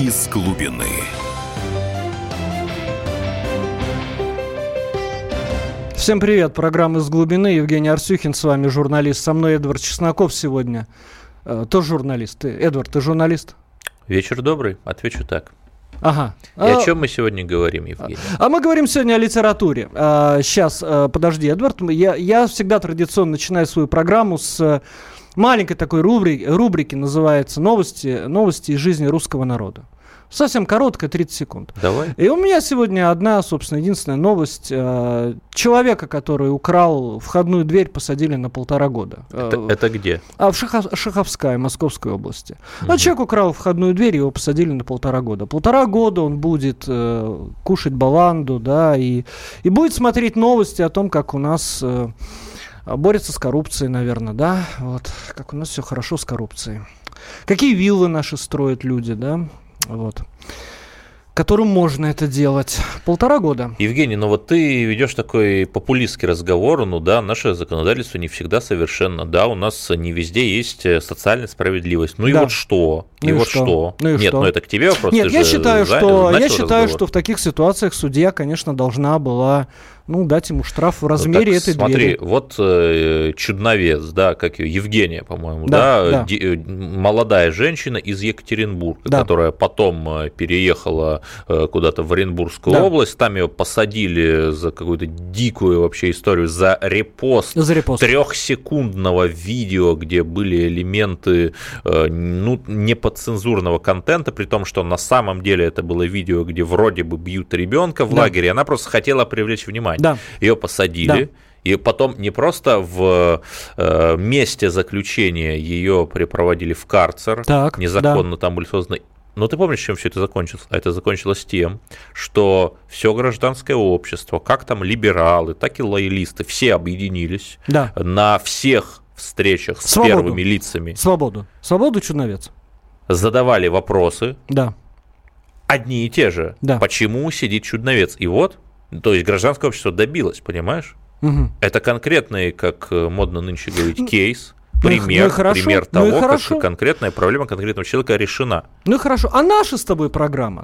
из глубины. Всем привет, программа «Из глубины». Евгений Арсюхин с вами, журналист. Со мной Эдвард Чесноков сегодня. Тоже журналист. Эдвард, ты журналист? Вечер добрый, отвечу так. Ага. И о чем мы сегодня говорим, Евгений? А мы говорим сегодня о литературе. Сейчас, подожди, Эдвард, я всегда традиционно начинаю свою программу с маленькой такой рубрики, называется «Новости из жизни русского народа». Совсем короткая, 30 секунд. Давай. И у меня сегодня одна, собственно, единственная новость. Человека, который украл входную дверь, посадили на 1,5 года. Это где? В Шаховской, Московской области. Человек украл входную дверь, его посадили на 1,5 года. 1,5 года он будет кушать баланду, да, и будет смотреть новости о том, как у нас борется с коррупцией, наверное, да, вот, как у нас все хорошо с коррупцией. Какие виллы наши строят люди, да, вот, которым можно это делать. 1,5 года. Евгений, ну вот ты ведешь такой популистский разговор, ну да, наше законодательство не всегда совершенно, да, у нас не везде есть социальная справедливость. Ну и да. вот что? Ну и вот что? Ну и Нет, что? ну это к тебе вопрос. Нет, я считаю, что в таких таких ситуациях судья, конечно, должна была, дать ему штраф в размере этой двери. Смотри, вот чудновец, да, как ее, Евгения, по-моему, да. Молодая женщина из Екатеринбурга, да. которая потом переехала куда-то в Оренбургскую область, там ее посадили за какую-то дикую вообще историю, за репост 3-секундного видео, где были элементы, неподцензурного контента, при том, что на самом деле это было видео, где вроде бы бьют ребенка в лагере, она просто хотела привлечь внимание. Да. Ее посадили. Да. И потом не просто в месте заключения ее припроводили в карцер, незаконно там были созданы. Но ты помнишь, чем все это закончилось? А это закончилось тем, что все гражданское общество, как там либералы, так и лоялисты, все объединились на всех встречах с первыми лицами. Свободу, чудновец. Задавали вопросы. Да. Одни и те же. Да. Почему сидит чудновец? И вот, то есть гражданское общество добилось, понимаешь? Угу. Это конкретный, как модно нынче говорить, кейс. Пример того, как конкретная проблема конкретного человека решена. Ну и хорошо. А наша с тобой программа,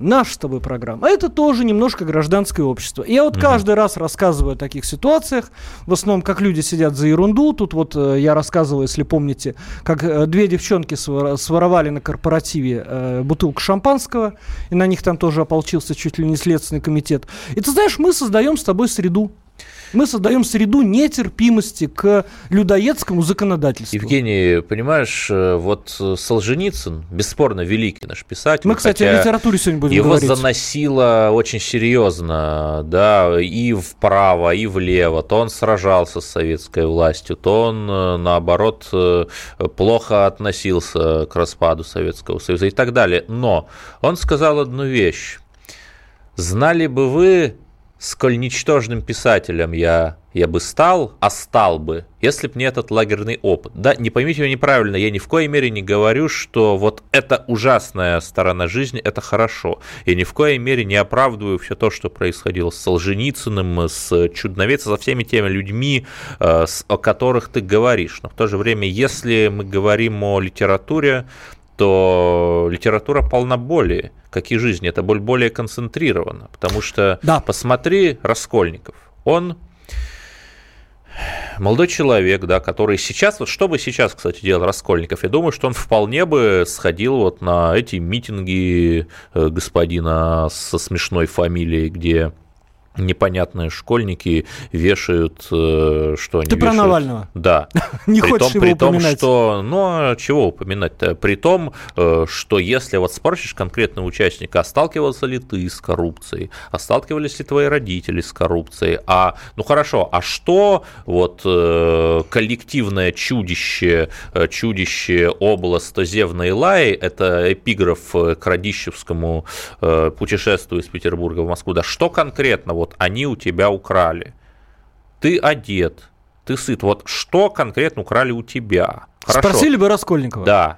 это тоже немножко гражданское общество. И я вот каждый раз рассказываю о таких ситуациях, в основном, как люди сидят за ерунду. Тут вот я рассказывал, если помните, как 2 девчонки своровали на корпоративе бутылку шампанского, и на них там тоже ополчился чуть ли не Следственный комитет. И ты знаешь, мы создаем с тобой среду. Мы создаем среду нетерпимости к людоедскому законодательству. Евгений, понимаешь, вот Солженицын, бесспорно великий наш писатель. Мы, кстати, о литературе сегодня будем говорить. Его заносило очень серьезно, да, и вправо, и влево. То он сражался с советской властью, то он, наоборот, плохо относился к распаду Советского Союза и так далее. Но он сказал одну вещь. Знали бы вы, сколь ничтожным писателем я бы стал бы, если б не этот лагерный опыт. Да, не поймите меня неправильно, я ни в коей мере не говорю, что вот эта ужасная сторона жизни – это хорошо. Я ни в коей мере не оправдываю все то, что происходило с Солженицыным, с Чудновецом, со всеми теми людьми, о которых ты говоришь. Но в то же время, если мы говорим о литературе, то литература полна боли, как и жизнь, эта боль более концентрирована, потому что, посмотри, Раскольников, он молодой человек, да, который сейчас, вот что бы сейчас, кстати, делал Раскольников, я думаю, что он вполне бы сходил вот на эти митинги господина со смешной фамилией, где непонятные школьники вешают, что они вешают. Ты про Навального? Да. Не хочешь его упоминать? Чего упоминать-то? При том, что если вот спросишь конкретного участника, а сталкивался ли ты с коррупцией, а сталкивались ли твои родители с коррупцией, хорошо, а что вот коллективное чудище область Тозевной Лаи, это эпиграф к Радищевскому путешествию из Петербурга в Москву, да что конкретно вот они у тебя украли? Ты одет, ты сыт. Вот что конкретно украли у тебя? Хорошо. Спросили бы Раскольникова. Да.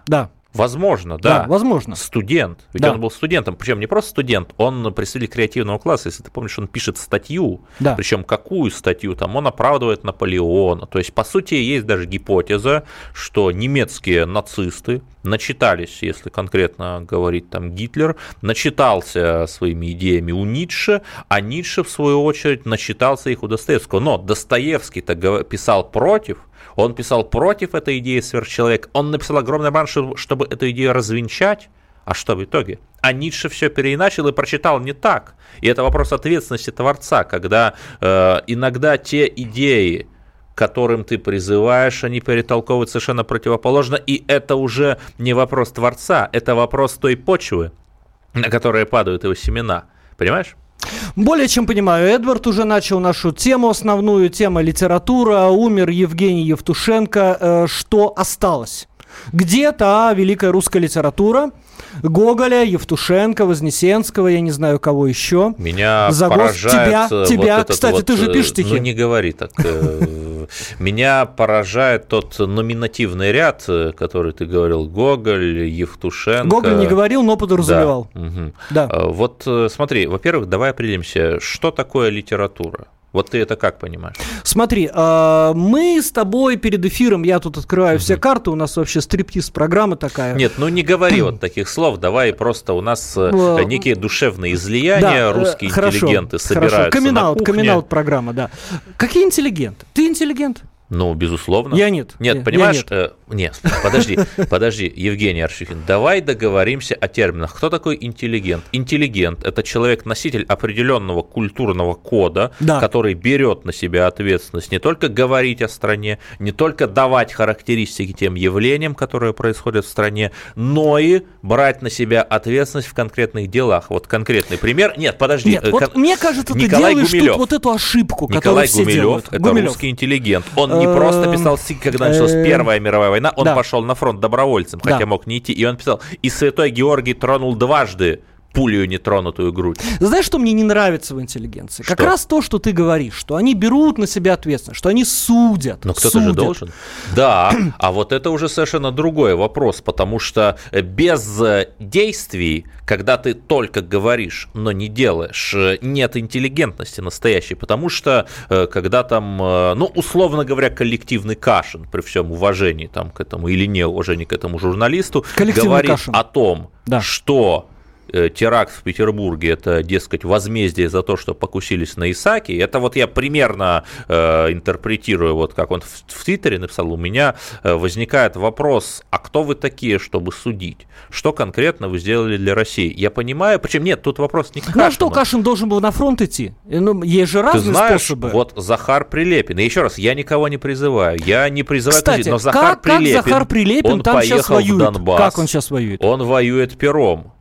Возможно, да. Возможно. Студент. Ведь он был студентом. Причем не просто студент, он представитель креативного класса. Если ты помнишь, он пишет статью. Да. Причем какую статью? Там он оправдывает Наполеона. То есть, по сути, есть даже гипотеза, что немецкие нацисты начитались, если конкретно говорить там Гитлер, начитался своими идеями у Ницше, а Ницше, в свою очередь, начитался их у Достоевского. Но Достоевский-то писал против. Он писал против этой идеи сверхчеловека. Он написал огромный роман, чтобы эту идею развенчать. А что в итоге? А Ницше все переиначил и прочитал не так. И это вопрос ответственности творца, когда иногда те идеи, к которым ты призываешь, они перетолковывают совершенно противоположно. И это уже не вопрос творца, это вопрос той почвы, на которой падают его семена. Понимаешь? Более чем понимаю, Эдвард уже начал нашу тему, основную тему литература. Умер Евгений Евтушенко. Что осталось? Где та великая русская литература? Гоголя, Евтушенко, Вознесенского, я не знаю, кого еще. Меня поражает... Тебя. Вот кстати, ты же пишешь стихи. Ну, не говори так. Меня поражает тот номинативный ряд, который ты говорил. Гоголь, Евтушенко. Гоголь не говорил, но подразумевал. Да. Вот смотри, во-первых, давай определимся, что такое литература. Вот ты это как понимаешь? Смотри, мы с тобой перед эфиром, я тут открываю все карты, у нас вообще стриптиз-программа такая. Нет, ну не говори вот таких слов, давай просто у нас некие душевные излияния, русские интеллигенты собираются на кухне. Камин-аут программа, да. Какие интеллигенты? Ты интеллигент? Ну, безусловно. Я нет. Нет, понимаешь? Нет, подожди, Евгений Аршихин, давай договоримся о терминах. Кто такой интеллигент? Интеллигент – это человек, носитель определенного культурного кода, который берет на себя ответственность не только говорить о стране, не только давать характеристики тем явлениям, которые происходят в стране, но и брать на себя ответственность в конкретных делах. Вот конкретный пример. Нет, подожди. Нет, вот мне кажется, ты делаешь тут вот эту ошибку, которую все делают. Николай Гумилев – это русский интеллигент. Он не просто писал стихи, когда началась Первая мировая война, он пошел на фронт добровольцем, хотя мог не идти, и он писал: «И святой Георгий тронул дважды пулею нетронутую грудь». Знаешь, что мне не нравится в интеллигенции? Как раз то, что ты говоришь, что они берут на себя ответственность, что они судят. Но кто-то же должен. Да, а вот это уже совершенно другой вопрос, потому что без действий, когда ты только говоришь, но не делаешь, нет интеллигентности настоящей, потому что когда там, ну, условно говоря, коллективный Кашин, при всем уважении там, к этому или неуважении к этому журналисту, говорит о том, что теракт в Петербурге – это, дескать, возмездие за то, что покусились на Исааки. Это вот я примерно интерпретирую, вот как он в Твиттере написал, у меня возникает вопрос: а кто вы такие, чтобы судить? Что конкретно вы сделали для России? Я понимаю, почему нет, тут вопрос не к Кашину. Ну а что, Кашин должен был на фронт идти? Ну, есть же разные способы. Вот Захар Прилепин, и еще раз, я никого не призываю, Кстати, но Захар Прилепин он там сейчас воюет в Донбасс. Как он сейчас воюет? Он воюет пером.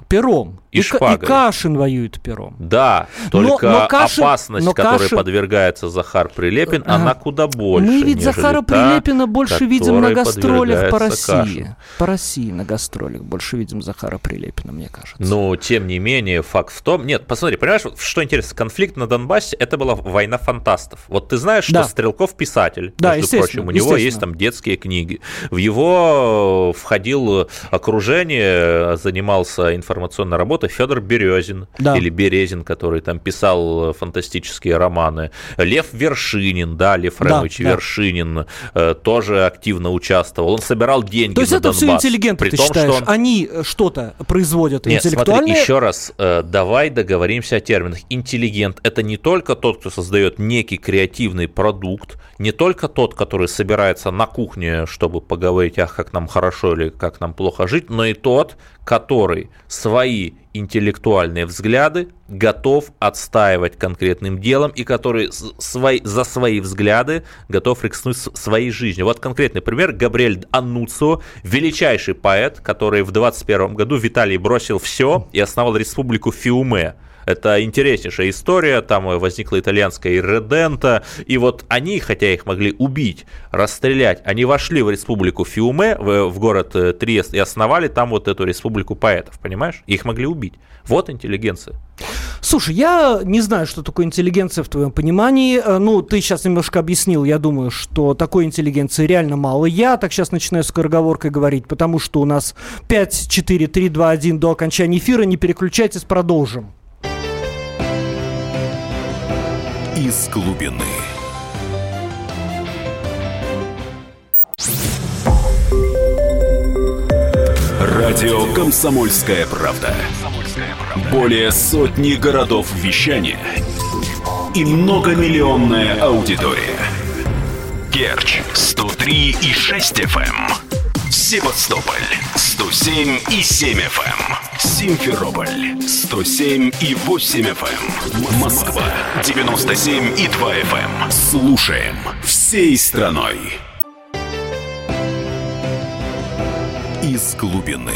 И Кашин воюет пером. Да, только опасность, которой подвергается Захар Прилепин, она куда больше. Мы ведь Захара Прилепина больше видим на гастролях по России. Кашин. По России на гастролях больше видим Захара Прилепина, мне кажется. Но, тем не менее, факт в том... Нет, посмотри, понимаешь, что интересно, конфликт на Донбассе – это была война фантастов. Вот ты знаешь, что Стрелков писатель, между прочим, у него есть там детские книги. В его входил окружение, занимался информационной работой Федор Березин, или Березин, который там писал фантастические романы. Лев Вершинин, Лев Ремович Вершинин тоже активно участвовал. Он собирал деньги на Донбасс. То есть это все интеллигенты, ты считаешь? Они что-то производят интеллектуальное? Нет, смотри, еще раз, давай договоримся о терминах. Интеллигент – это не только тот, кто создает некий креативный продукт, не только тот, который собирается на кухне, чтобы поговорить, как нам хорошо или как нам плохо жить, но и тот, который свои интеллектуальные взгляды готов отстаивать конкретным делом и который за свои взгляды готов рискнуть своей жизнью. Вот конкретный пример. Габриэль Аннуцио, величайший поэт, который в 21 году в Италии бросил все и основал республику Фиуме. Это интереснейшая история, там возникла итальянская ирредента, и вот они, хотя их могли убить, расстрелять, они вошли в республику Фиуме, в город Триест, и основали там вот эту республику поэтов, понимаешь? Их могли убить. Вот интеллигенция. Слушай, я не знаю, что такое интеллигенция в твоем понимании. Ну, ты сейчас немножко объяснил, я думаю, что такой интеллигенции реально мало. Я так сейчас начинаю скороговоркой говорить, потому что у нас 5, 4, 3, 2, 1 до окончания эфира. Не переключайтесь, продолжим. Из глубины. Радио «Комсомольская правда». Более сотни городов вещания и многомиллионная аудитория. Керчь 103,6 FM, Севастополь 107,7 FM, Симферополь 107,8 FM, Москва 97,2 FM. Слушаем всей страной. Из глубины.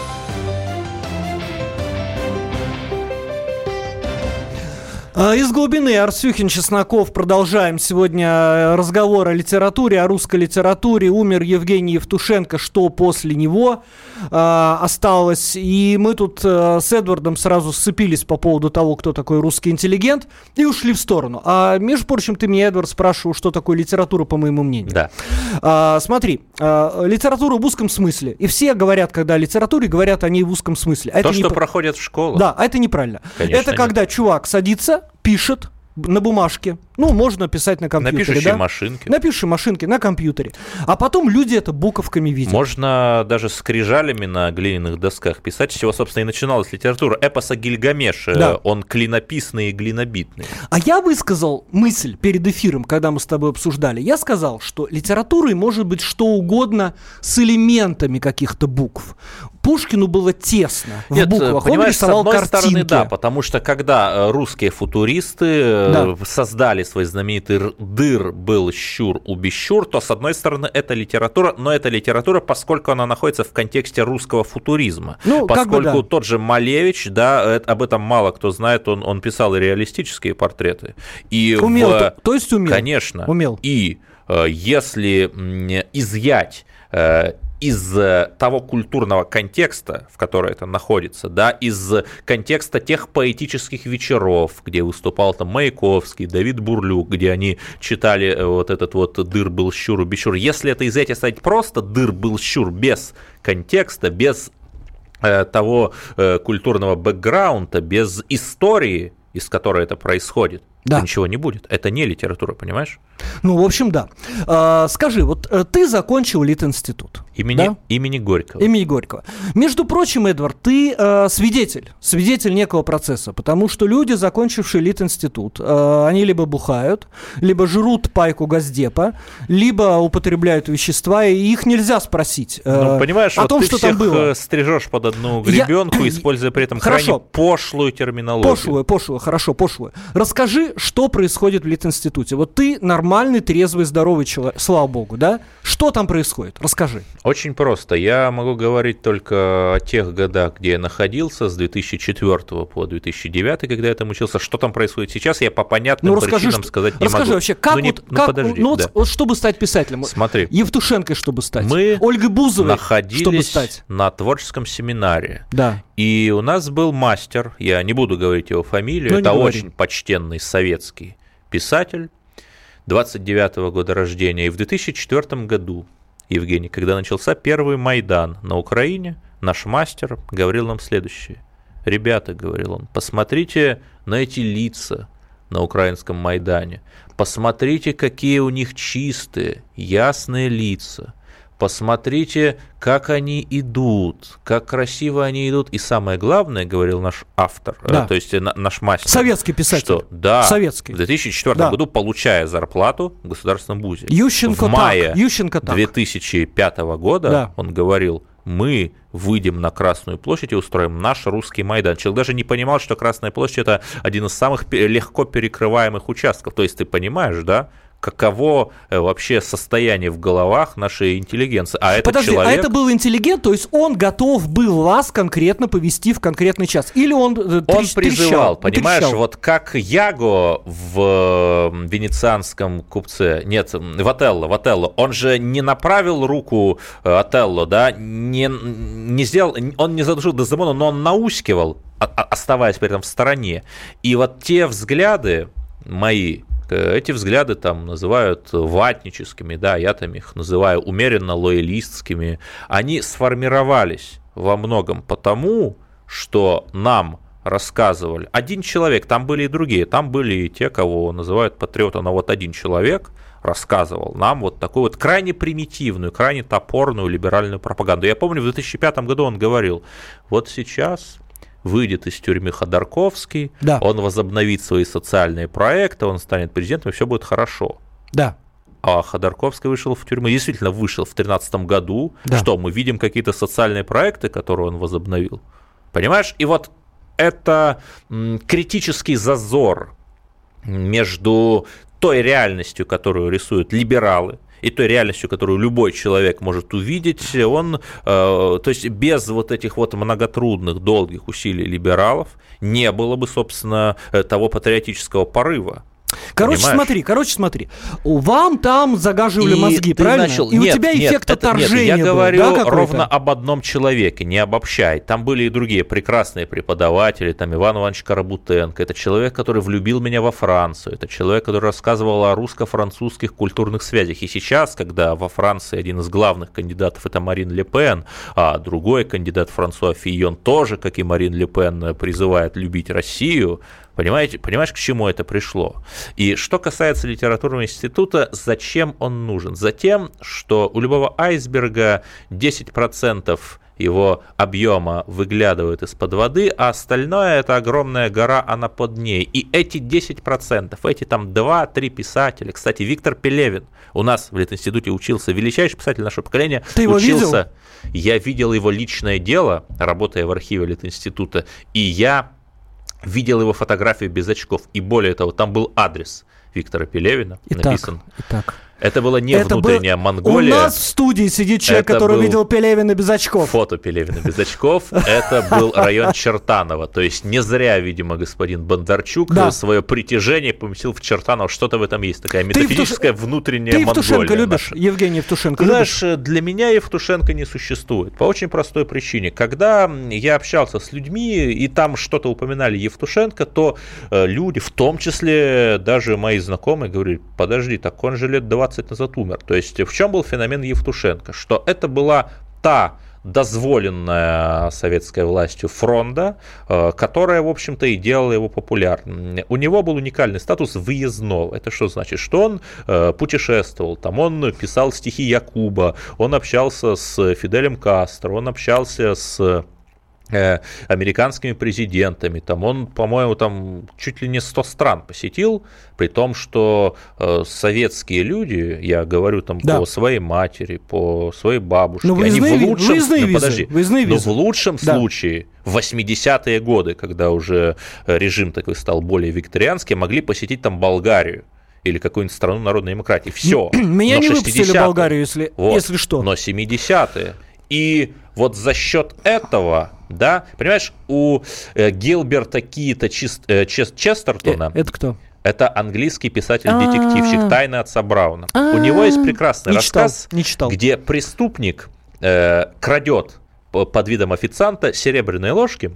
Из глубины. Арсюхин, Чесноков. Продолжаем сегодня разговор о литературе, о русской литературе. Умер Евгений Евтушенко. Что после него осталось? И мы тут с Эдвардом сразу сцепились по поводу того, кто такой русский интеллигент, и ушли в сторону. А между прочим, ты меня, Эдвард, спрашивал, что такое литература, по моему мнению. Да. Смотри, литература в узком смысле. И все говорят, когда о литературе, говорят о ней в узком смысле. То, что проходят в школах. Да, а это неправильно. Конечно, это когда чувак садится, пишет на бумажке. Ну, можно писать на компьютере. На пишущей машинке. На пишущей машинке, на компьютере. А потом люди это буковками видят. Можно даже скрижалями на глиняных досках писать, с чего, собственно, и начиналась литература. Эпос о Гильгамеше, да. Он клинописный и глинобитный. А я высказал мысль перед эфиром, когда мы с тобой обсуждали. Я сказал, что литературой может быть что угодно с элементами каких-то букв. Пушкину было тесно в буквах. Он рисовал картинки. С одной стороны, да, потому что когда русские футуристы создали свой знаменитый «Дыр был щур у Бещур», то, с одной стороны, это литература, но это литература, поскольку она находится в контексте русского футуризма. Ну, поскольку тот же Малевич, да, об этом мало кто знает, он писал и реалистические портреты. И умел, то есть умел? Конечно. Умел. И если изъять из того культурного контекста, в котором это находится, да, из контекста тех поэтических вечеров, где выступал там Маяковский, Давид Бурлюк, где они читали вот этот вот «Дыр был щур у Бещур». Если это изъять и оставить просто «Дыр был щур» без контекста, без того культурного бэкграунда, без истории, из которой это происходит, то ничего не будет. Это не литература, понимаешь? Ну, в общем, да. Скажи, вот ты закончил Литинститут. Имени Горького. Имени Горького. Между прочим, Эдвард, ты свидетель некого процесса, потому что люди, закончившие Литинститут, они либо бухают, либо жрут пайку Госдепа, либо употребляют вещества, и их нельзя спросить понимаешь, о том, ты что всех там было. стрижешь под одну гребенку, используя при этом крайне пошлую терминологию. Пошлую. Расскажи, что происходит в Литинституте. Вот ты нормальный, трезвый, здоровый человек, слава богу, да? Что там происходит? Расскажи. Очень просто. Я могу говорить только о тех годах, где я находился, с 2004 по 2009, когда я там учился. Что там происходит сейчас, я по понятным причинам сказать не могу. Расскажи вообще, как чтобы стать писателем? Смотри. Евтушенкой, чтобы стать. Мы Ольгой Бузовой, находились чтобы стать. на творческом семинаре. Да. И у нас был мастер, я не буду говорить его фамилию, это очень почтенный советский писатель, 29-го года рождения. И в 2004 году, Евгений, когда начался первый Майдан на Украине, наш мастер говорил нам следующее. Ребята, говорил он, посмотрите на эти лица на украинском Майдане, посмотрите, какие у них чистые, ясные лица. Посмотрите, как они идут, как красиво они идут. И самое главное, говорил наш автор, то есть наш мастер. Советский писатель. Что, да, советский. В 2004 году, получая зарплату в Государственном вузе, Ющенко в мае Ющенко 2005 года он говорил, мы выйдем на Красную площадь и устроим наш русский Майдан. Человек даже не понимал, что Красная площадь – это один из самых легко перекрываемых участков. То есть ты понимаешь, да? Каково вообще состояние в головах нашей интеллигенции. Подожди, а это был интеллигент, то есть он готов был вас конкретно повести в конкретный час? Или он призывал, понимаешь, вот как Яго в венецианском купце, нет, в Отелло, он же не направил руку Отелло, да, не сделал, он не задушил Дездемону, но он наускивал оставаясь при этом в стороне. И вот те взгляды мои, эти взгляды там называют ватническими, да, я там их называю умеренно лоялистскими, они сформировались во многом потому, что нам рассказывали один человек, там были и другие, там были и те, кого называют патриотом, но вот один человек рассказывал нам вот такую вот крайне примитивную, крайне топорную либеральную пропаганду. Я помню, в 2005 году он говорил, вот сейчас выйдет из тюрьмы Ходорковский, да, он возобновит свои социальные проекты, он станет президентом, и все будет хорошо. Да. А Ходорковский вышел в тюрьму, действительно вышел в 2013 году. Да. Что, мы видим какие-то социальные проекты, которые он возобновил? Понимаешь? И вот это критический зазор между той реальностью, которую рисуют либералы, и той реальностью, которую любой человек может увидеть, он, то есть без вот этих вот многотрудных, долгих усилий либералов не было бы, собственно, того патриотического порыва. Короче, смотри. Вам там загаживали мозги, правильно? И у тебя эффект отторжения был. Я говорю ровно об одном человеке, не обобщай. Там были и другие прекрасные преподаватели, там Иван Иванович Карабутенко. Это человек, который влюбил меня во Францию. Это человек, который рассказывал о русско-французских культурных связях. И сейчас, когда во Франции один из главных кандидатов это Марин Ле Пен, а другой кандидат Франсуа Фийон тоже, как и Марин Ле Пен, призывает любить Россию, понимаешь, к чему это пришло? И что касается литературного института, зачем он нужен? Затем, что у любого айсберга 10% его объема выглядывает из-под воды, а остальное – это огромная гора, она под ней. И эти 10%, эти там 2-3 писателя, кстати, Виктор Пелевин у нас в Литинституте учился, величайший писатель нашего поколения. Ты его видел? Я видел его личное дело, работая в архиве Литинститута, и я видел его фотографию без очков. И более того, там был адрес Виктора Пелевина написан. Итак. Это была не внутренняя Монголия. У нас в студии сидит человек, который видел Пелевина без очков. Фото Пелевина без очков. Это был район Чертаново. То есть не зря, видимо, господин Бондарчук свое притяжение поместил в Чертаново. Что-то в этом есть. Такая метафизическая внутренняя Монголия. Ты Евтушенко любишь? Евгений Евтушенко любишь? Знаешь, для меня Евтушенко не существует. По очень простой причине. Когда я общался с людьми, и там что-то упоминали Евтушенко, то люди, в том числе даже мои знакомые, говорили, подожди, так он же лет 20 назад умер. То есть в чем был феномен Евтушенко? Что это была та дозволенная советской властью фронда, которая, в общем-то, и делала его популярным. У него был уникальный статус выездного. Это что значит? Что он путешествовал, там он писал стихи Якуба, он общался с Фиделем Кастро, он общался с американскими президентами, там он, по-моему, там чуть ли не 100 стран посетил, при том, что советские люди, я говорю там по своей матери, по своей бабушке, они в лучшем случае в 80-е годы, когда уже режим такой стал более викторианский, могли посетить там Болгарию или какую-нибудь страну народной демократии. Все. Меня не выпустили Болгарию, если что. Но 70-е. И вот за счет этого, да, понимаешь, у Гилберта Кита Честертона... Это кто? Это английский писатель-детективщик «Тайны отца Брауна». У него есть прекрасный рассказ, где преступник крадет под видом официанта серебряные ложки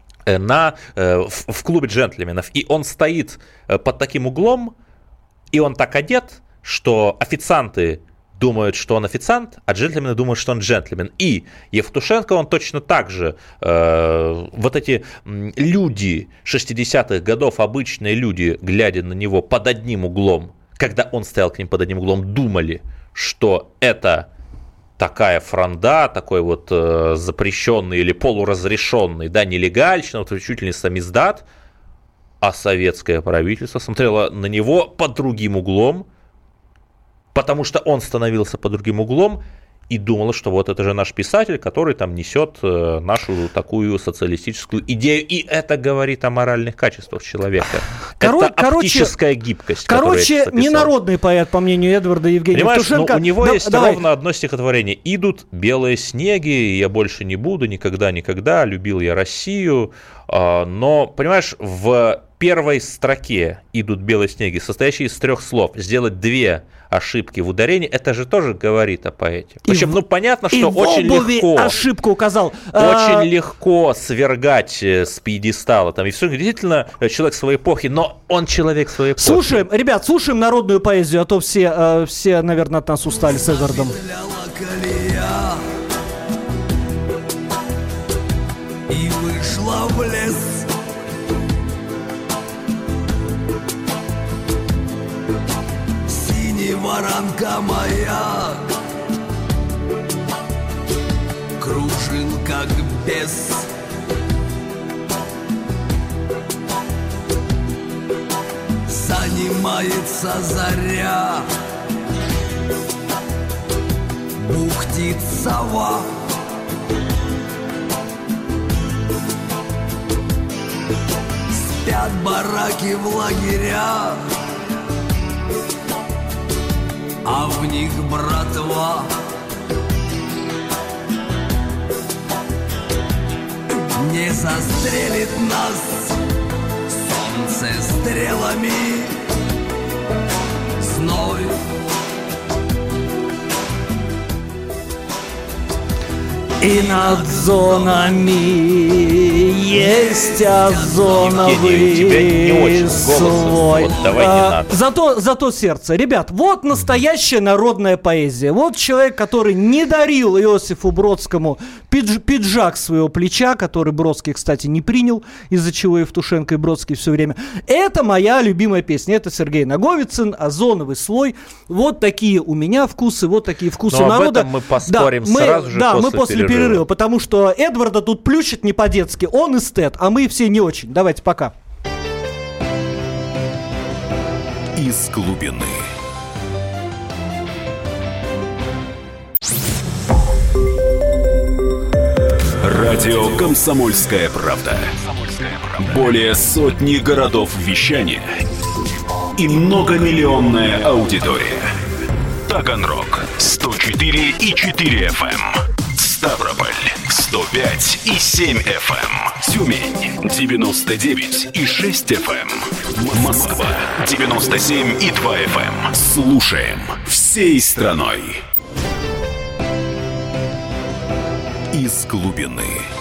в клубе джентльменов. И он стоит под таким углом, и он так одет, что официанты думают, что он официант, а джентльмены думают, что он джентльмен. И Евтушенко, он точно так же, вот эти люди 60-х годов, обычные люди, глядя на него под одним углом, когда он стоял к ним под одним углом, думали, что это такая фронда, такой вот запрещенный или полуразрешенный, да, нелегальщина, вот чуть ли не самиздат, а советское правительство смотрело на него под другим углом, потому что он становился под другим углом и думала, что вот это же наш писатель, который там несет нашу такую социалистическую идею. И это говорит о моральных качествах человека. Это оптическая гибкость. Короче, ненародный поэт, по мнению Эдварда Евгения Евтушенко. У него есть ровно одно стихотворение. «Идут белые снеги, я больше не буду, никогда, любил я Россию». Но, понимаешь, в первой строке идут белые снеги, состоящие из 3 слов, сделать 2 ошибки в ударении, это же тоже говорит о поэте. Причем, понятно, что очень легко. Ошибку указал. Очень легко свергать с пьедестала. Там, и все, действительно, человек своей эпохи, но он человек своей эпохи. Слушаем, ребят, слушаем народную поэзию, а то все, наверное, от нас устали с Эдвардом. И вышла в лес. Воронка моя кружил как бес. Занимается заря, бухтит сова. Спят бараки в лагерях, а в них братва. Не застрелит нас солнце стрелами, зной. И над зонами есть озоновый слой. Вот, давай не надо. Зато сердце. Ребят, вот настоящая народная поэзия. Вот человек, который не дарил Иосифу Бродскому пиджак своего плеча, который Бродский, кстати, не принял, из-за чего Евтушенко и Бродский все время. Это моя любимая песня. Это Сергей Наговицын, «Озоновый слой». Вот такие у меня вкусы, вот такие вкусы народа. Об этом мы поспорим сразу же после перерыва, потому что Эдварда тут плющит не по-детски, он эстет, а мы все не очень. Давайте, пока. Из глубины. Радио «Комсомольская правда». Более сотни городов вещания и многомиллионная аудитория. Таганрог 104,4 FM. Ставрополь 105,7 FM. Тюмень 99,6 FM. Москва 97,2 FM. Слушаем всей страной. Из глубины.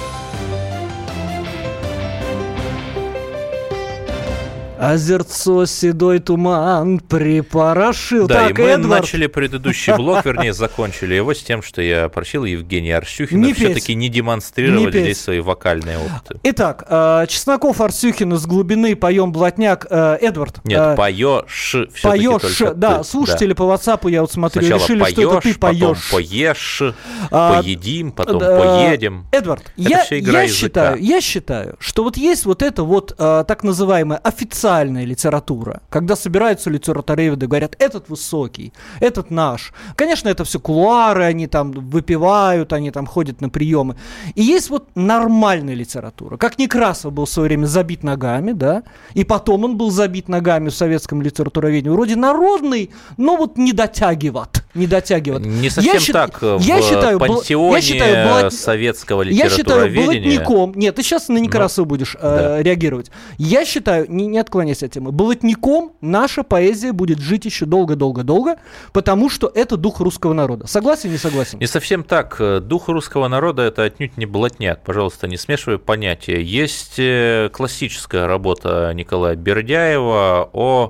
Озерцо седой туман припорошил. Да, так, и мы Эдвард... начали предыдущий блок, вернее, закончили его с тем, что я просил Евгения Арсюхина все-таки не демонстрировать здесь свои вокальные опыты. Итак, Чесноков, Арсюхин из глубины, поем блатняк. Эдвард. Нет, поешь. Поешь, да, слушатели по WhatsApp, я вот смотрю, сначала решили, поешь, что это ты поешь. Потом поешь, поедим, потом поедем. Эдвард, я считаю, что вот есть вот это вот так называемая официальная литература, когда собираются литературоведы, говорят, этот высокий, этот наш. Конечно, это все кулуары, они там выпивают, они там ходят на приемы. И есть вот нормальная литература. Как Некрасов был в свое время забит ногами, да, и потом он был забит ногами в советском литературоведении. Вроде народный, но вот не дотягивает. Не совсем так в пантеоне советского литературоведения. Я считаю, блатником... Нет, ты сейчас на Некрасова будешь реагировать. Я считаю, не отклоняйся от темы, блатником наша поэзия будет жить еще долго-долго-долго, потому что это дух русского народа. Согласен, не согласен? Не совсем так. Дух русского народа – это отнюдь не блатняк. Пожалуйста, не смешивай понятия. Есть классическая работа Николая Бердяева о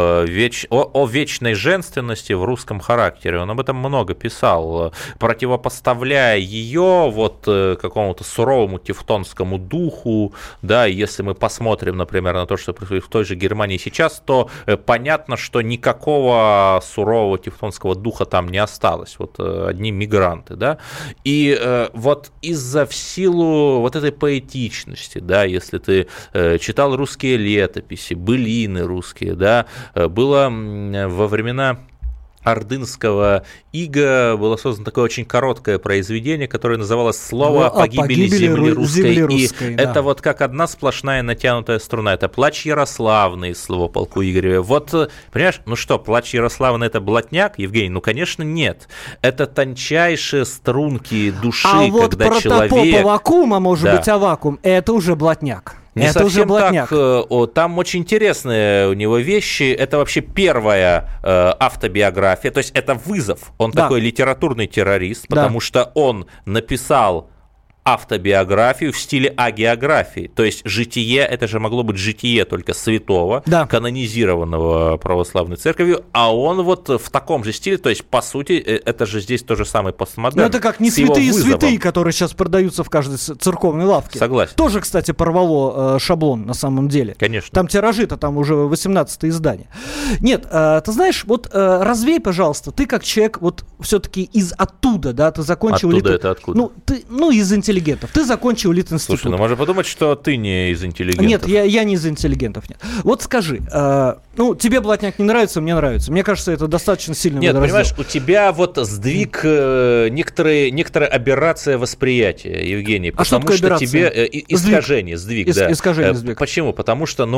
вечной женственности в русском характере. Он об этом много писал, противопоставляя ее вот какому-то суровому тевтонскому духу. Да, если мы посмотрим, например, на то, что происходит в той же Германии сейчас, то понятно, что никакого сурового тевтонского духа там не осталось. Вот одни мигранты, да. И вот в силу вот этой поэтичности, да, если ты читал русские летописи, былины русские, да, было во времена ордынского ига было создано такое очень короткое произведение, которое называлось «Слово о погибели земли русской». И да, это вот как одна сплошная натянутая струна. Это «Плач Ярославны» из «Слова полку Игореве». Вот, понимаешь, ну что, «Плач Ярославны» — это блатняк, Евгений? Ну, конечно, нет. Это тончайшие струнки души, а вот когда протопопа человек... вакуума, может быть, авакум, это уже блатняк. Не это уже совсем блатняк. так. Там очень интересные у него вещи. Это вообще первая автобиография. То есть это вызов. Он такой литературный террорист, потому что он написал автобиографию в стиле агеографии. То есть житие, это же могло быть житие только святого, канонизированного православной церковью, а он вот в таком же стиле, то есть по сути это же здесь то же самое постмодерн. Но это как не святые, которые сейчас продаются в каждой церковной лавке. Согласен. Тоже, кстати, порвало шаблон на самом деле. Конечно. Там тиражи-то, там уже 18-е издание. Нет, ты знаешь, вот развей, пожалуйста, ты как человек вот все-таки из оттуда, да, ты закончил... Оттуда это откуда? Из интеллигентов. Ты закончил Литинститут. Слушай, можно подумать, что ты не из интеллигентов. Нет, я не из интеллигентов. Нет. Вот скажи, тебе блатняк не нравится, мне нравится. Мне кажется, это достаточно сильный водораздел. Нет, понимаешь, у тебя вот сдвиг, некоторая аберрация восприятия, Евгений. Потому что тебе искажение, сдвиг. Искажение, сдвиг. Почему? Потому что,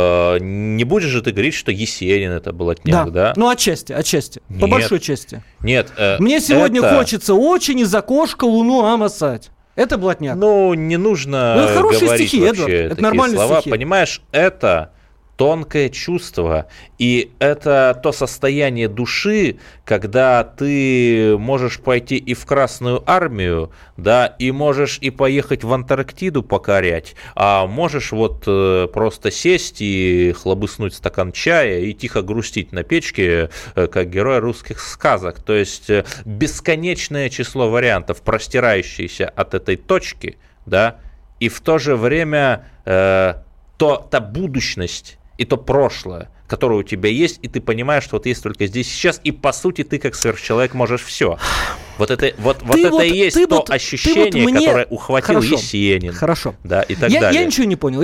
не будешь же ты говорить, что Есенин это блатняк, да? Отчасти. По большой части. Нет. Мне сегодня хочется очень из окошка луну амосать. Это блатняк. Не нужно говорить стихи, вообще это такие нормальные слова. стихи. Понимаешь, это тонкое чувство, и это то состояние души, когда ты можешь пойти и в Красную Армию, да, и можешь и поехать в Антарктиду покорять, а можешь просто сесть и хлобыснуть стакан чая и тихо грустить на печке, как герой русских сказок. То есть бесконечное число вариантов, простирающиеся от этой точки, да, и в то же время та будущность, и то прошлое, которое у тебя есть, и ты понимаешь, что есть только здесь и сейчас, и по сути ты как сверхчеловек можешь все. Это и есть то ощущение, которое ухватил Есенин. Хорошо. Да, и так далее. Я ничего не понял.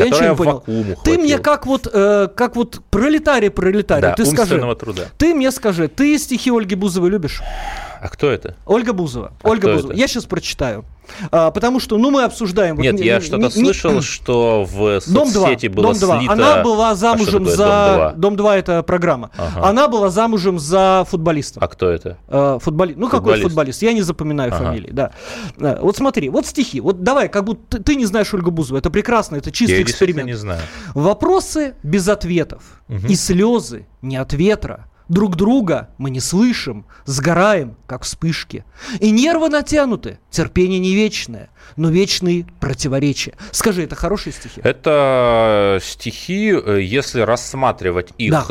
Ты мне как пролетарий. Да, ты скажи. Труда. Ты мне скажи, ты стихи Ольги Бузовой любишь? А кто это? Ольга Бузова. Я сейчас прочитаю. Потому что, мы обсуждаем... Нет, я что-то слышал, что в соцсети было слито... Она была замужем за... «Дом-2» — это программа. Ага. Она была замужем за футболистом. А кто это? Какой футболист? Я не запоминаю фамилии. Да. Вот смотри, вот стихи. Вот давай, как будто ты не знаешь Ольгу Бузову. Это прекрасно, это чистый эксперимент. Я не знаю. Вопросы без ответов. И слезы не от ветра. Друг друга мы не слышим, сгораем, как вспышки. И нервы натянуты, терпение не вечное, но вечные противоречия. Скажи, это хорошие стихи? Это стихи, если рассматривать их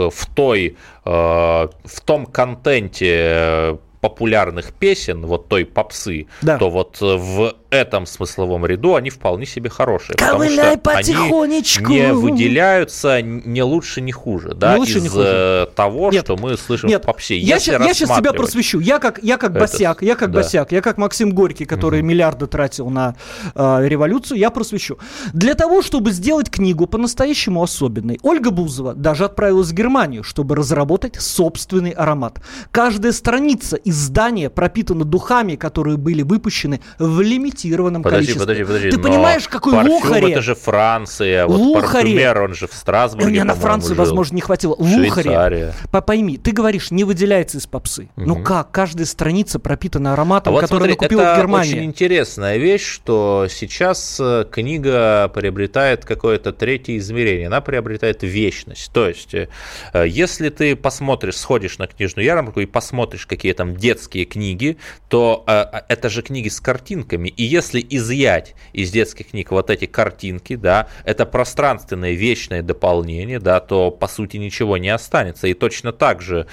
в том контенте популярных песен, той попсы, то в этом смысловом ряду они вполне себе хорошие. Ковыляй потому что потихонечку. Они не выделяются ни лучше, ни хуже. Да, из того, что мы слышим в попсе. Я сейчас тебя просвещу. Я как босяк, я как Максим Горький, который миллиарды тратил на революцию, я просвещу. Для того, чтобы сделать книгу по-настоящему особенной, Ольга Бузова даже отправилась в Германию, чтобы разработать собственный аромат. Каждая страница издания пропитана духами, которые были выпущены в лимитированном количестве. Подожди. Ты понимаешь, какой лухаре? Это же Франция, парфюмер, он же в Страсбурге, мне на Францию, возможно, не хватило. Лухаре, пойми, ты говоришь, не выделяется из попсы. Каждая страница пропитана ароматом, который она купила в Германии. Это очень интересная вещь, что сейчас книга приобретает какое-то третье измерение, она приобретает вечность. То есть, если ты сходишь на книжную ярмарку и посмотришь, какие там детские книги, то это же книги с картинками. И если изъять из детских книг эти картинки, да, это пространственное вечное дополнение, да, то по сути ничего не останется. И точно так же,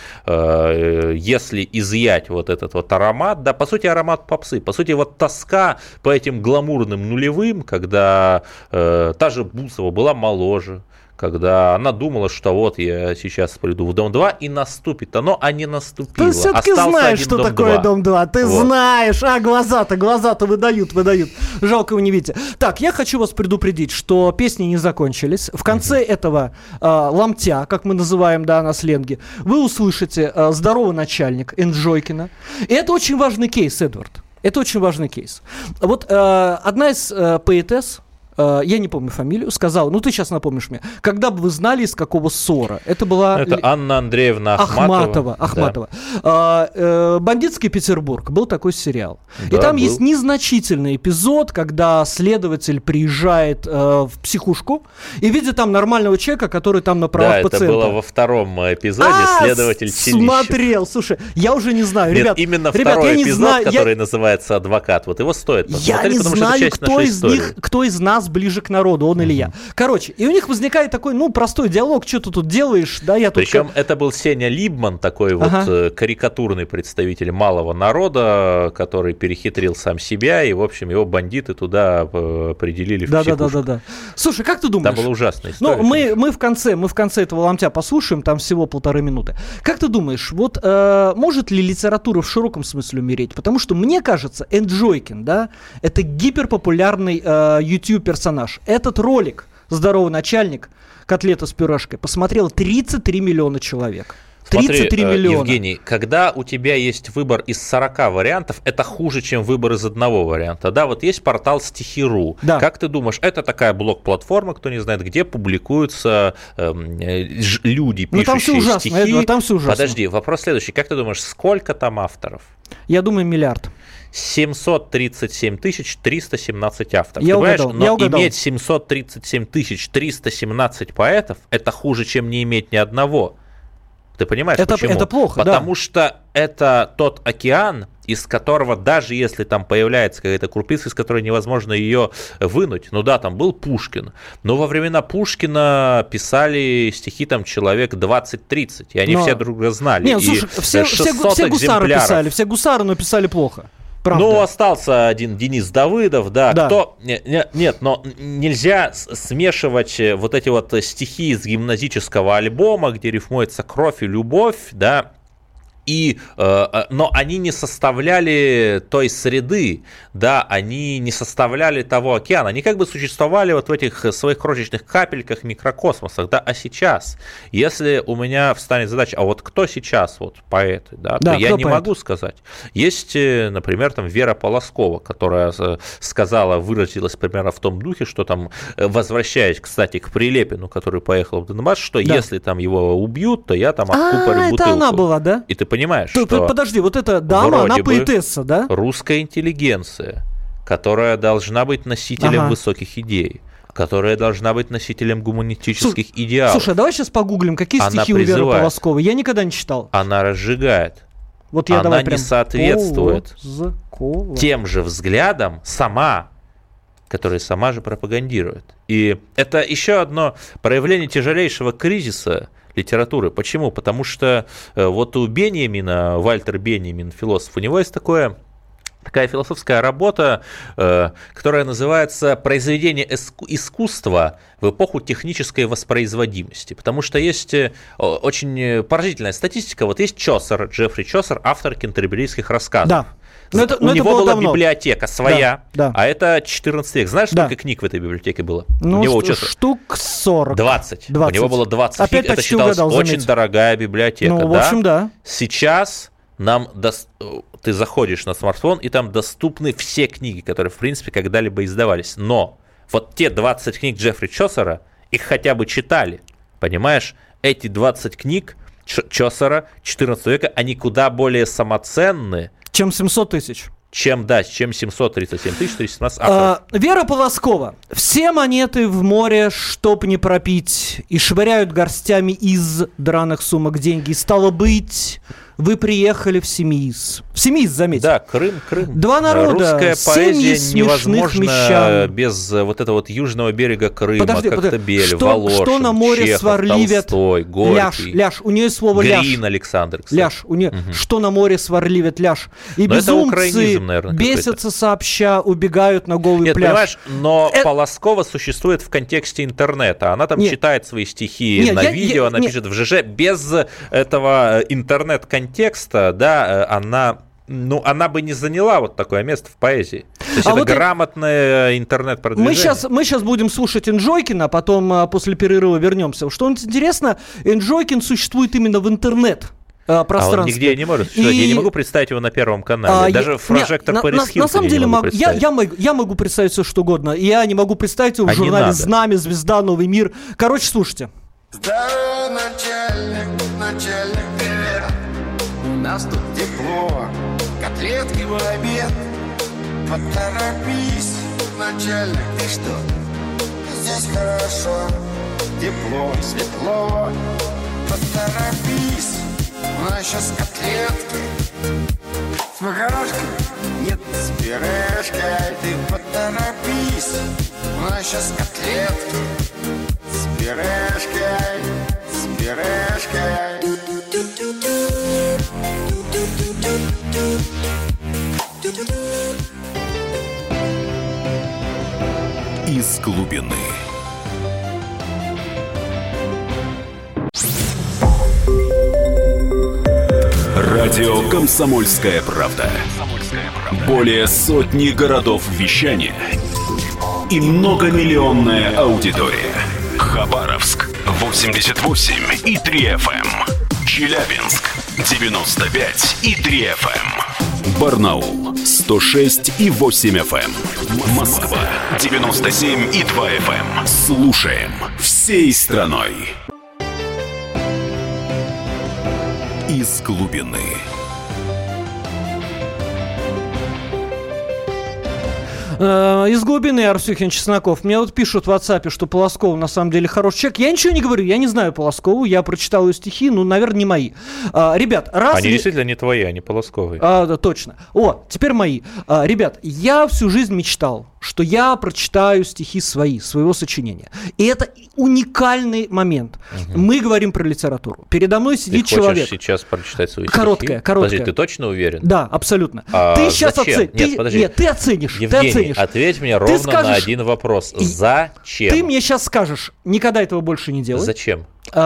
если изъять этот аромат, да, по сути аромат попсы, по сути тоска по этим гламурным нулевым, когда та же Бузова была моложе, когда она думала, что я сейчас приду в Дом-2 и наступит оно, а не наступило. Ты все-таки знаешь, что такое Дом-2. Ты знаешь, глаза-то выдают. Жалко, вы не видите. Так, я хочу вас предупредить, что песни не закончились. В конце этого ломтя, как мы называем, на сленге, вы услышите «Здорово, начальник» Энджойкина. И это очень важный кейс, Эдвард. Это очень важный кейс. Одна из поэтесс, я не помню фамилию, сказала, ты сейчас напомнишь мне, когда бы вы знали, из какого ссора. Это была... Это Анна Андреевна Ахматова. Да. «Бандитский Петербург», был такой сериал. Да, и там был. есть незначительный эпизод, когда следователь приезжает в психушку и видит там нормального человека, который там на правах пациента. Да, это было во втором эпизоде, следователь Челищев. Смотрел, слушай, я уже не знаю, Нет, ребят. именно ребят, второй я не эпизод, знаю, который называется «Адвокат», вот его стоит посмотреть, я не потому знаю, что это часть кто нашей из истории. них, кто из нас ближе к народу, он или я. Короче, и у них возникает такой, простой диалог, что ты тут делаешь, да, я тут... Причем это был Сеня Либман, такой вот карикатурный представитель малого народа, который перехитрил сам себя, и, в общем, его бандиты туда определили в психушку. Да. Слушай, как ты думаешь? Там была ужасная история. Мы в конце этого ломтя послушаем, там всего 1,5 минуты. Как ты думаешь, может ли литература в широком смысле умереть? Потому что, мне кажется, Энджойкин, да, это гиперпопулярный YouTube-персонаж. Этот ролик «Здоровый начальник», котлета с пюрешкой, посмотрел 33 миллиона человек. 33 Смотри, миллиона. Евгений, когда у тебя есть выбор из 40 вариантов, это хуже, чем выбор из одного варианта. Да, вот есть портал Стихи.ру. Да. Как ты думаешь, это такая блог-платформа, кто не знает, где публикуются люди, пишущие там все ужасно, стихи. там все ужасно. Подожди, вопрос следующий. Как ты думаешь, сколько там авторов? Я думаю, миллиард. 737 317 авторов. Я Ты понимаешь, угадал, но иметь 737 317 поэтов, это хуже, чем не иметь ни одного. Ты понимаешь, почему? Это плохо, Потому что это тот океан, из которого, даже если там появляется какая-то крупица, из которой невозможно ее вынуть. Там был Пушкин. Но во времена Пушкина писали стихи там человек 20-30, и они все друг друга знали. Нет, слушай, все гусары писали, все гусары, но писали плохо. Правда. Остался один Денис Давыдов, да. Да. Нет, но нельзя смешивать вот эти вот стихи из гимназического альбома, где рифмуется кровь и любовь, да. Но они не составляли той среды, да, они не составляли того океана, они как бы существовали вот в этих своих крошечных капельках, микрокосмосах, да, а сейчас, если у меня встанет задача, а вот кто сейчас вот поэты, да, то я не могу сказать. Есть, например, там Вера Полоскова, которая выразилась примерно в том духе, что там, возвращаясь, кстати, к Прилепину, который поехал в Донбасс, что если там его убьют, то я там откупорю бутылку. Это она была, да? И ты понимаешь, что подожди, вот эта дама, она поэтесса, да? Русская интеллигенция, которая должна быть носителем высоких идей, которая должна быть носителем гуманистических идеалов. Слушай, давай сейчас погуглим, какие стихи у Веры Полосковой. Я никогда не читал. Она разжигает. Вот я она не соответствует тем же взглядам которые сама же пропагандирует. И это еще одно проявление тяжелейшего кризиса литературы. Почему? Потому что вот у Беньямина, Вальтер Беньямин, философ, у него есть такая философская работа, которая называется «Произведение искусства в эпоху технической воспроизводимости». Потому что есть очень поразительная статистика. Вот есть Чосер, Джеффри Чосер, автор кентерберийских рассказов. Да. У него была давно. библиотека своя, да. А это 14 век. Знаешь, сколько книг в этой библиотеке было? У него штук 40. 20. У него было 20 Опять книг. Это считалось очень дорогая библиотека. В общем, да. Сейчас ты заходишь на смартфон, и там доступны все книги, которые, в принципе, когда-либо издавались. Но вот те 20 книг Джеффри Чосера, их хотя бы читали. Понимаешь? Эти 20 книг Чосера 14 века, они куда более самоценны, чем 700 тысяч. Чем 737 317 авторов. Вера Полоскова. Все монеты в море, чтоб не пропить, и швыряют горстями из драных сумок деньги. Стало быть, вы приехали в Семииз. В Семииз, заметьте. Да, Крым. Два народа. Русская поэзия невозможна мещан. без вот этого вот южного берега Крыма, Коктебель, Волошин, что на море Чехов, сварливят? Толстой, Горький. Ляж, у нее есть слово ляж. Грин Александр, кстати. Ляж, у нее, что на море сварливят ляж. И безумцы бесятся сообща, убегают на голый пляж. Понимаешь, но Полоскова существует в контексте интернета. Она там читает свои стихи на видео, она пишет в ЖЖ. Без этого интернет-контекста, да, она бы не заняла вот такое место в поэзии. То есть это грамотное интернет-продвижение. Мы сейчас будем слушать Энджойкина, а потом после перерыва вернемся. Что интересно, Энджойкин существует именно в интернет пространстве. А он нигде не может существовать. Я не могу представить его на Первом канале. Даже в «Прожектор Пэрис Хилтон» на самом деле, не могу представить. я могу представить все, что угодно. Я не могу представить его в журнале «Знамя», «Звезда», «Новый мир». Короче, слушайте. Здорово, начальник, привет. У нас тут тепло, котлетки в обед. Поторопись, начальник, ты что? Здесь хорошо, тепло, светло. Поторопись, у нас сейчас котлетки. С макарошкой? Нет, с пюрешкой. Ты поторопись, у нас сейчас котлетки. С пюрешкой, с пюрешкой. Из глубины. Радио «Комсомольская правда». Более сотни городов вещания и многомиллионная аудитория. Хабаровск 88,3 FM. Челябинск 95,3 FM. Барнаул 106,8 FM. Москва 97,2 FM. Слушаем всей страной. Из глубины. Из глубины, Арсюхин, Чесноков. Мне вот пишут в WhatsApp, что Полоскова на самом деле хороший человек. Я ничего не говорю, я не знаю Полоскову, я прочитал ее стихи, наверное, не мои. Ребят, раз... Они действительно не твои, они Полосковые. Да, точно. Теперь мои. Ребят, я всю жизнь мечтал, что я прочитаю стихи своего сочинения. И это уникальный момент. Угу. Мы говорим про литературу. Передо мной сидит человек. Ты хочешь сейчас прочитать свои стихи? Короткое. Подожди, ты точно уверен? Да, абсолютно. Ты сейчас оценишь. Нет, ты оценишь. Евгений, ответь мне ровно на один вопрос. Зачем? Ты мне сейчас скажешь, никогда этого больше не делай. Зачем?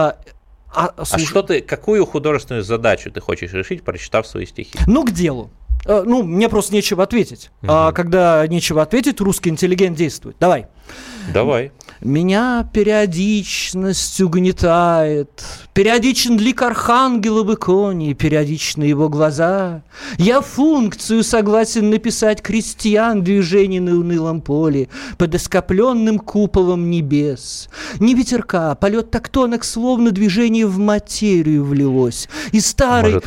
Какую художественную задачу ты хочешь решить, прочитав свои стихи? К делу. Мне просто нечего ответить. А когда нечего ответить, русский интеллигент действует. Давай. Меня периодичность угнетает. Периодичен лик архангела в иконе, периодичны его глаза. Я функцию согласен написать крестьян движений на унылом поле под оскопленным куполом небес. Не ветерка, полет тактонок, словно движение в материю влилось. И старец,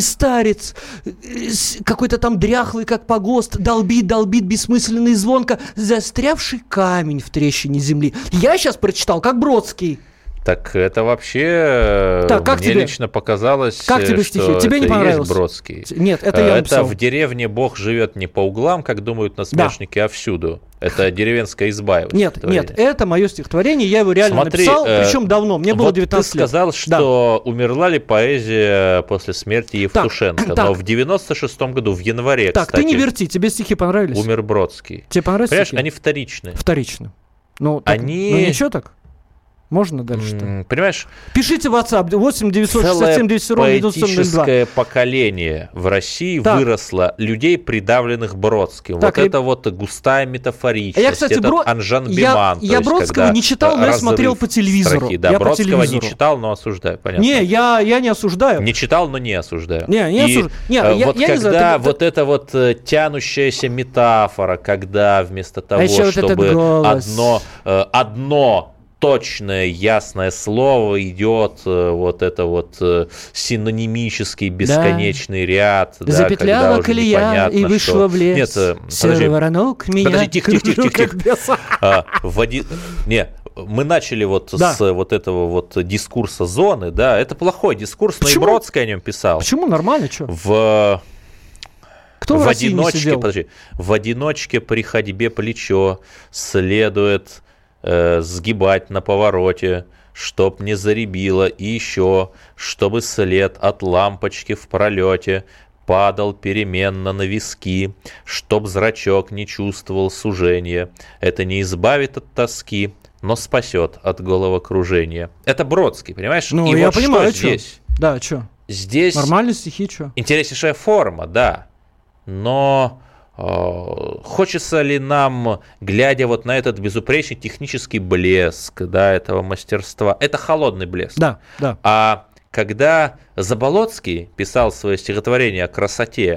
какой-то там дряхлый, как погост, долбит бессмысленно и звонко застрявший камень в трещине земли. Я сейчас прочитал, как Бродский. Так это вообще мне лично показалось, как тебе стихи? Что тебе это не понравилось? Есть Бродский. Нет, это я написал. Это в деревне Бог живет не по углам, как думают насмешники, а всюду. Это деревенская изба. Нет, это мое стихотворение, я его реально написал, причем давно, мне было 19 лет. Ты сказал, что умерла ли поэзия после смерти Евтушенко, но в 96-м году, в январе, кстати... Так, ты не верти, тебе стихи понравились? Умер Бродский. Тебе понравились Понимаешь, стихи? они вторичны. Вторичны. Ничего так? Можно дальше-то? Понимаешь? Пишите в WhatsApp 8 967 200 ровно 9702. Поэтическое поколение в России выросло людей, придавленных Бродским. Это густая метафоричность, Анжан Биман. Я Бродского не читал, но я смотрел по телевизору. Да, Бродского не читал, но осуждаю, понятно. Не, я не осуждаю. Не читал, но не осуждаю. Когда эта тянущаяся метафора, когда вместо того, чтобы одно точное, ясное слово идет синонимический бесконечный ряд. Запетляла колея и вышла в лес. Нет, серый воронок меня... Подожди, тихо. Мы начали с этого дискурса зоны, да, это плохой дискурс, но и Бродский о нем писал. Почему? Нормально, что? Кто в одиночке при ходьбе плечо следует сгибать на повороте, чтоб не заребило, и еще, чтобы след от лампочки в пролете падал переменно на виски, чтоб зрачок не чувствовал сужения. Это не избавит от тоски, но спасет от головокружения. Это Бродский, понимаешь? И я понимаю, что здесь? Да, что? Здесь нормальные стихи, что? Интереснейшая форма, да, но... Хочется ли нам, глядя на этот безупречный технический блеск, да, этого мастерства, это холодный блеск. Да. А когда Заболоцкий писал свое стихотворение о красоте,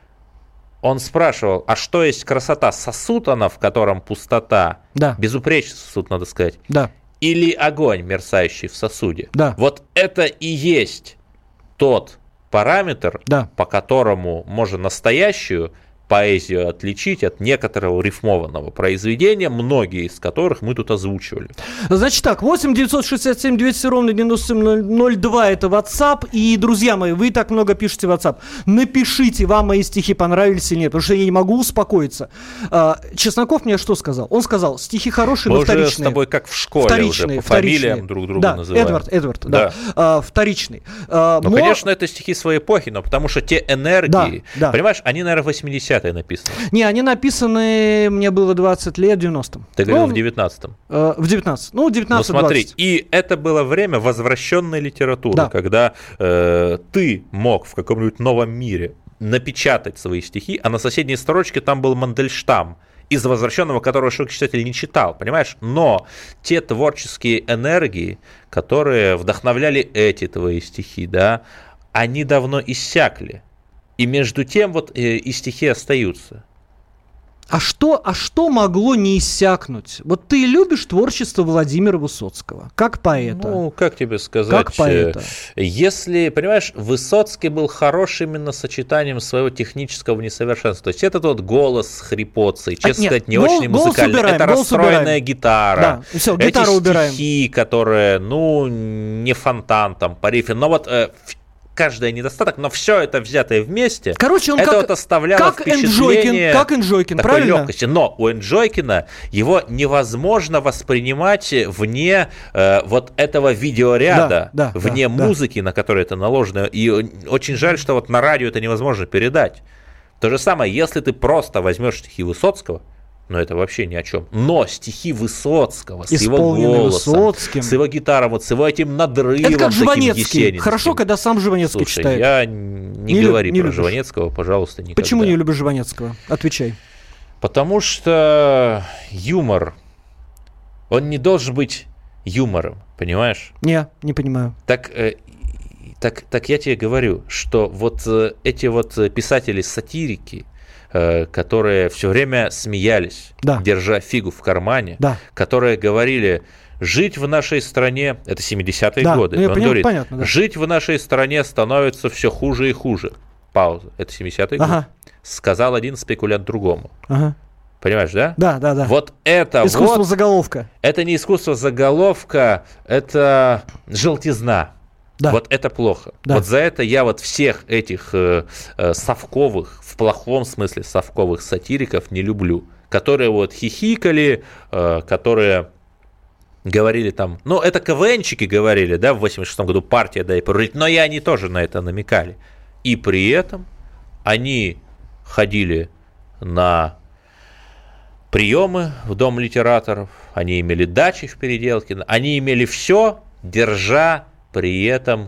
он спрашивал, а что есть красота? Сосуд она, в котором пустота? Да. Безупречный сосуд, надо сказать. Да. Или огонь, мерцающий в сосуде? Да. Вот это и есть тот параметр, Да. по которому можно настоящую поэзию отличить от некоторого рифмованного произведения, многие из которых мы тут озвучивали. Значит так, 8 967 200 ровно 9702 это WhatsApp. И, друзья мои, вы так много пишете в WhatsApp. Напишите, вам мои стихи понравились или нет, потому что я не могу успокоиться. Чесноков мне что сказал? Он сказал, стихи хорошие, но вторичные. Мы уже с тобой как в школе уже по фамилиям друг друга называем. Эдвард, да. Вторичный. Ну, конечно, это стихи своей эпохи, но потому что те энергии, понимаешь, они, наверное, 80-е написаны. Не, они написаны, мне было 20 лет, в 90-м. Ты говорил в 19-м. В 19-м. Ну, 19-20. Ну, смотри, и это было время возвращенной литературы, когда ты мог в каком-нибудь новом мире напечатать свои стихи, а на соседней строчке там был Мандельштам, из возвращенного, которого широкий читатель не читал, понимаешь? Но те творческие энергии, которые вдохновляли эти твои стихи, да, они давно иссякли. И между тем вот и стихи остаются. А что могло не иссякнуть? Вот ты любишь творчество Владимира Высоцкого, как поэта. Ну, как тебе сказать? Как поэта. Если, понимаешь, Высоцкий был хорош именно сочетанием своего технического несовершенства. То есть это вот голос с хрипотцей, честно сказать, не очень музыкальный. Это расстроенная гитара. Да, все, гитару убираем. Стихи, которые, ну, не фонтан там по рифе, но вот... каждый недостаток, но все это взятое вместе, короче, он это как, вот оставляло как впечатление Энджойкин, такой правильно? легкости. Но у Энджойкина его невозможно воспринимать вне вот этого видеоряда, вне музыки, на которой это наложено. И очень жаль, что вот на радио это невозможно передать. То же самое, если ты просто возьмешь стихи Высоцкого, но это вообще ни о чем. Но стихи Высоцкого с его голосом, Высоцким, с его гитарой, вот с его этим надрывом. Это как Жванецкий. Хорошо, когда сам Жванецкий читает. Я не говори про Жванецкого, пожалуйста, никогда. Почему не любишь Жванецкого? Отвечай. Потому что юмор, он не должен быть юмором, понимаешь? Не понимаю. Так я тебе говорю, что вот эти вот писатели-сатирики, которые все время смеялись, держа фигу в кармане, которые говорили, жить в нашей стране, это 70-е годы, он говорит, жить в нашей стране становится все хуже и хуже. Пауза, это 70-е годы. Сказал один спекулянт другому. Понимаешь, да? Да. Вот это искусство заголовка. Это не искусство заголовка, это желтизна. Да. Вот это плохо. Да. Вот за это я вот всех этих совковых, в плохом смысле совковых сатириков не люблю, которые вот хихикали, которые говорили там, ну это КВНчики говорили, да, в 86-м году партия, да, и порулить, но и они тоже на это намекали. И при этом они ходили на приемы в Дом литераторов, они имели дачи в Переделке, они имели все, держа при этом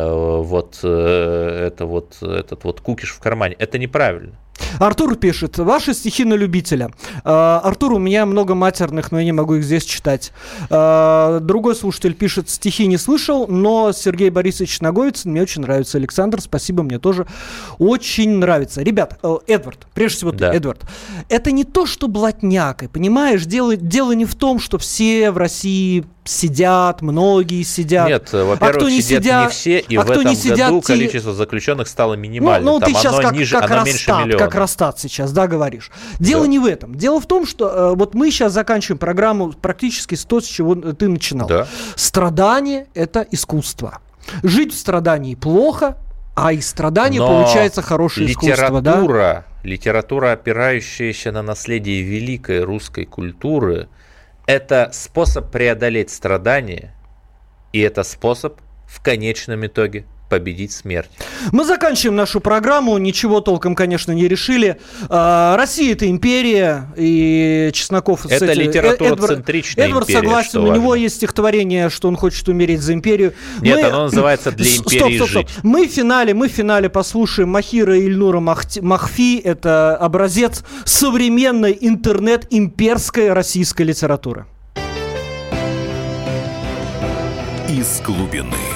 этот кукиш в кармане. Это неправильно. Артур пишет, ваши стихи на любителя. Артур, у меня много матерных, но я не могу их здесь читать. Другой слушатель пишет, стихи не слышал, но Сергей Борисович Наговицын мне очень нравится. Александр, спасибо, мне тоже очень нравится. Ребят, Эдвард, прежде всего ты, Эдвард, это не то, что блатняк, понимаешь, дело не в том, что все в России сидят, многие сидят. Нет, во-первых, сидят не все, и в этом году количество заключенных стало минимальным. Ну, ты сейчас оно меньше миллиона. Как Росстат сейчас, да, говоришь. Дело не в этом. Дело в том, что вот мы сейчас заканчиваем программу практически с того, с чего ты начинал. Да. Страдание – это искусство. Жить в страдании плохо, а из страдания получается хорошее искусство. Да? Литература, опирающаяся на наследие великой русской культуры, это способ преодолеть страдания, и это способ в конечном итоге победить смерть. Мы заканчиваем нашу программу. Ничего толком, конечно, не решили. Россия – это империя, и Чесноков... Это литературоцентричная империя. Эдвард согласен, у него есть стихотворение, что он хочет умереть за империю. Нет, оно называется «Для империи жить». Мы в финале послушаем Махира и Ильнура Махфи. Это образец современной интернет-имперской российской литературы. Из глубины.